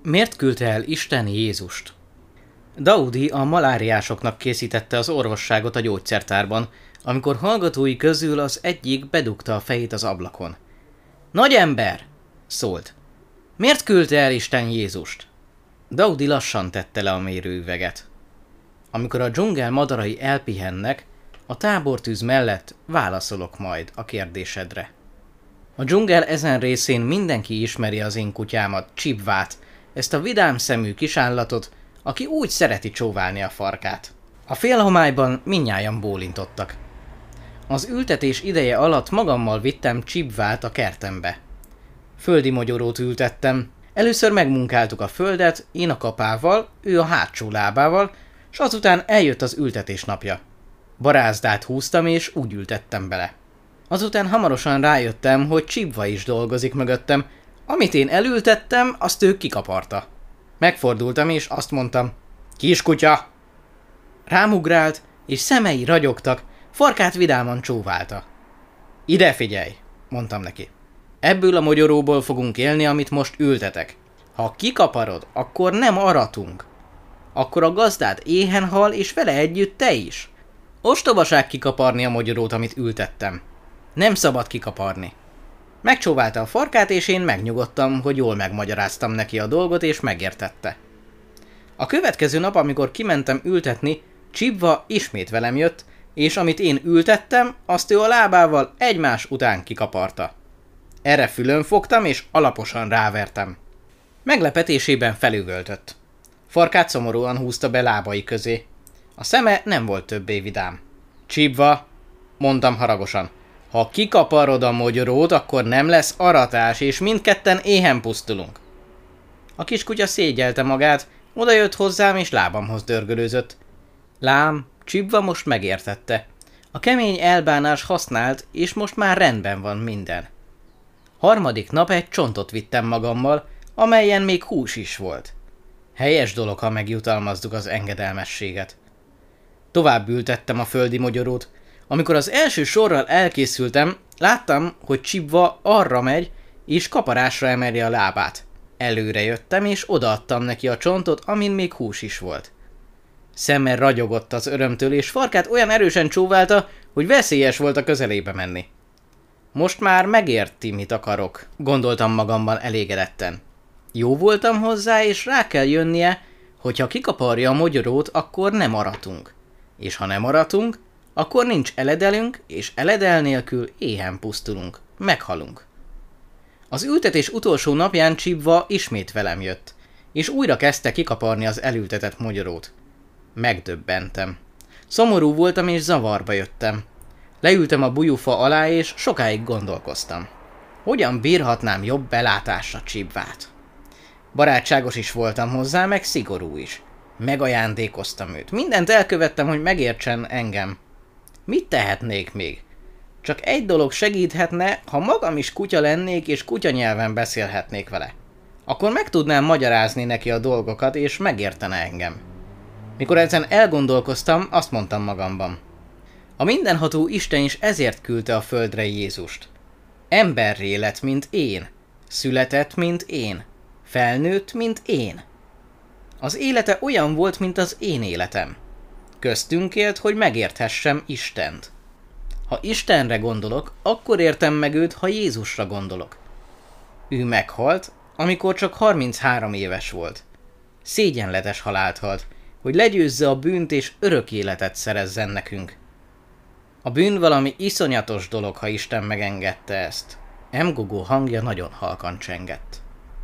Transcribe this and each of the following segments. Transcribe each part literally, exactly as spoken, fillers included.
Miért küldte el Isten Jézust? Daudi a maláriásoknak készítette az orvosságot a gyógyszertárban, amikor hallgatói közül az egyik bedugta a fejét az ablakon. Nagy ember! Szólt. Miért küldte el Isten Jézust? Daudi lassan tette le a mérőüveget. Amikor a dzsungel madarai elpihennek, a tábortűz mellett válaszolok majd a kérdésedre. A dzsungel ezen részén mindenki ismeri az én kutyámat, Csibvát, ezt a vidám szemű kisállatot, aki úgy szereti csóválni a farkát. A félhomályban mindnyájan bólintottak. Az ültetés ideje alatt magammal vittem Csibvát a kertembe. Földi mogyorót ültettem. Először megmunkáltuk a földet, én a kapával, ő a hátsó lábával, s azután eljött az ültetés napja. Barázdát húztam és úgy ültettem bele. Azután hamarosan rájöttem, hogy Csibva is dolgozik mögöttem. Amit én elültettem, azt ő kikaparta. Megfordultam és azt mondtam, kiskutya! Rámugrált, és szemei ragyogtak, farkát vidáman csóválta. Ide figyelj, mondtam neki. Ebből a mogyoróból fogunk élni, amit most ültetek. Ha kikaparod, akkor nem aratunk. Akkor a gazdád éhen hal, és vele együtt te is. Ostobaság kikaparni a mogyorót, amit ültettem. Nem szabad kikaparni. Megcsóválta a farkát, és én megnyugodtam, hogy jól megmagyaráztam neki a dolgot, és megértette. A következő nap, amikor kimentem ültetni, Csibva ismét velem jött, és amit én ültettem, azt ő a lábával egymás után kikaparta. Erre fülön fogtam, és alaposan rávertem. Meglepetésében felüvöltött. Farkát szomorúan húzta be lábai közé. A szeme nem volt többé vidám. Csibva, mondtam haragosan, ha kikaparod a mogyorót, akkor nem lesz aratás, és mindketten éhen pusztulunk. A kiskutya szégyelte magát, odajött hozzám, és lábamhoz dörgölőzött. Lám, Csibva most megértette. A kemény elbánás használt, és most már rendben van minden. Harmadik nap egy csontot vittem magammal, amelyen még hús is volt. Helyes dolog, ha megjutalmazzuk az engedelmességet. Tovább ültettem a földi mogyorót. Amikor az első sorral elkészültem, láttam, hogy Csibva arra megy, és kaparásra emeli a lábát. Előre jöttem, és odaadtam neki a csontot, amin még hús is volt. Szeme ragyogott az örömtől, és farkát olyan erősen csóválta, hogy veszélyes volt a közelébe menni. Most már megérti, mit akarok, gondoltam magamban elégedetten. Jó voltam hozzá, és rá kell jönnie, hogy ha kikaparja a mogyorót, akkor nem aratunk. És ha nem aratunk, akkor nincs eledelünk, és eledel nélkül éhen pusztulunk, meghalunk. Az ültetés utolsó napján Csibva ismét velem jött, és újra kezdte kikaparni az elültetett mogyorót. Megdöbbentem. Szomorú voltam, és zavarba jöttem. Leültem a bujufa alá, és sokáig gondolkoztam. Hogyan bírhatnám jobb belátásra Csibvát? Barátságos is voltam hozzá, meg szigorú is. Megajándékoztam őt. Mindent elkövettem, hogy megértsen engem. Mit tehetnék még? Csak egy dolog segíthetne, ha magam is kutya lennék, és kutyanyelven beszélhetnék vele. Akkor meg tudnám magyarázni neki a dolgokat, és megértene engem. Mikor ezen elgondolkoztam, azt mondtam magamban. A mindenható Isten is ezért küldte a földre Jézust. Emberré lett, mint én. Született, mint én. Felnőtt, mint én. Az élete olyan volt, mint az én életem. Köztünk élt, hogy megérthessem Istent. Ha Istenre gondolok, akkor értem meg őt, ha Jézusra gondolok. Ő meghalt, amikor csak harminchárom éves volt. Szégyenletes halált halt, hogy legyőzze a bűnt és örök életet szerezzen nekünk. A bűn valami iszonyatos dolog, ha Isten megengedte ezt. Emgogó hangja nagyon halkan csengett.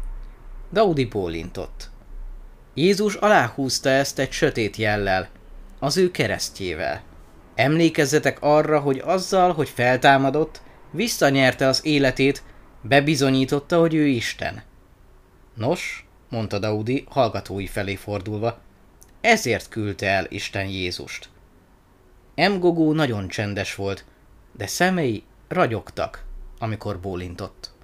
Daudi bólintott. Jézus aláhúzta ezt egy sötét jellel, az ő keresztjével. Emlékezzetek arra, hogy azzal, hogy feltámadott, visszanyerte az életét, bebizonyította, hogy ő Isten. Nos, mondta Daudi hallgatói felé fordulva, ezért küldte el Isten Jézust. Emgogó nagyon csendes volt, de szemei ragyogtak, amikor bólintott.